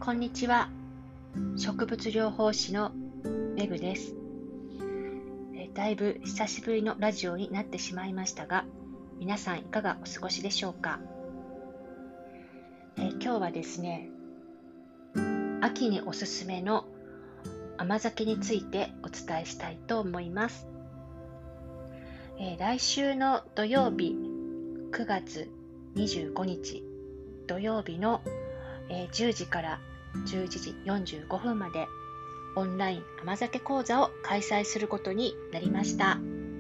こんにちは。植物療法士のメグです。だいぶ久しぶりのラジオになってしまいましたが、皆さんいかがお過ごしでしょうか。今日はですね、秋におすすめの甘酒についてお伝えしたいと思います。来週の土曜日、9月25日土曜日の10時から11時45分までオンライン甘酒講座を開催することになりました。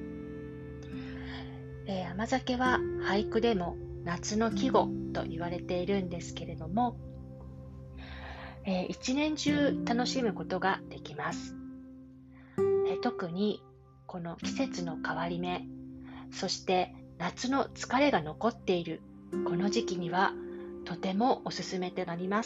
甘酒は俳句でも夏の季語と言われているんですけれども、一年中楽しむことができます。特にこの季節の変わり目、そして夏の疲れが残っているこの時期にはとてもおすすめとなります。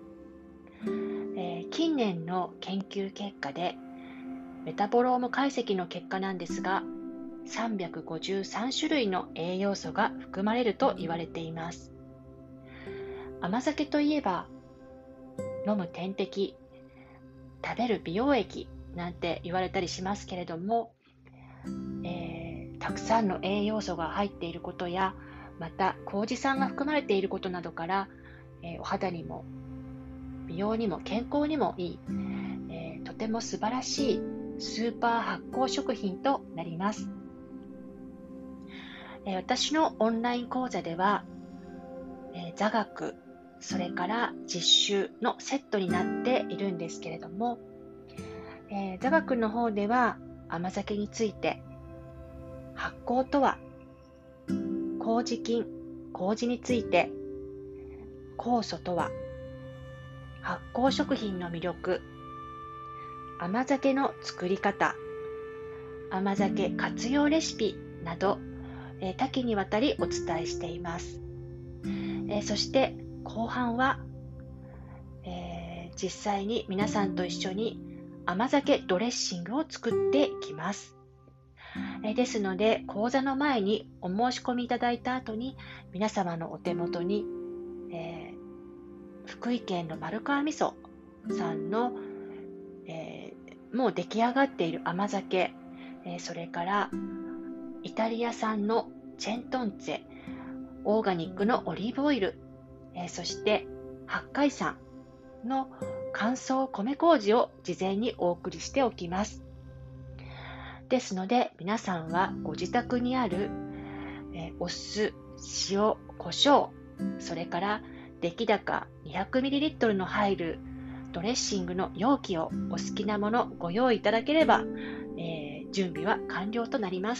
近年の研究結果でメタボローム解析の結果なんですが、353種類の栄養素が含まれると言われています。甘酒といえば飲む点滴、食べる美容液なんて言われたりしますけれども、たくさんの栄養素が入っていることや、また麹酸が含まれていることなどから、お肌にも美容にも健康にもいい、とても素晴らしいスーパー発酵食品となります。私のオンライン講座では、座学、それから実習のセットになっているんですけれども、座学の方では甘酒について、発酵とは、麹菌、麹について、酵素とは、発酵食品の魅力、甘酒の作り方、甘酒活用レシピなど、多岐にわたりお伝えしています。そして後半は、実際に皆さんと一緒に甘酒ドレッシングを作っていきます。ですので、講座の前にお申し込みいただいた後に、皆様のお手元に、福井県の丸川味噌さんの、もう出来上がっている甘酒、それからイタリア産のチェントンツェ、オーガニックのオリーブオイル、そして八海山の乾燥米麹を事前にお送りしておきます。ですので、皆さんはご自宅にある、お酢、塩、胡椒、それから出来高 200ml の入るドレッシングの容器をお好きなものご用意いただければ、準備は完了となります。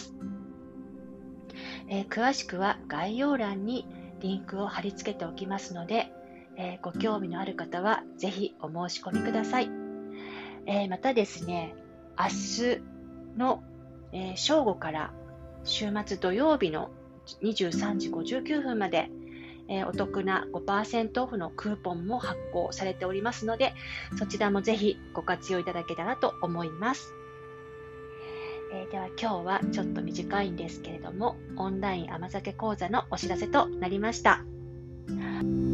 詳しくは概要欄にリンクを貼り付けておきますので、ご興味のある方はぜひお申し込みください。またですね、明日の、正午から週末土曜日の23時59分まで、お得な 5% オフのクーポンも発行されておりますので、そちらもぜひご活用いただけたらと思います。では今日はちょっと短いんですけれども、オンライン甘酒講座のお知らせとなりました。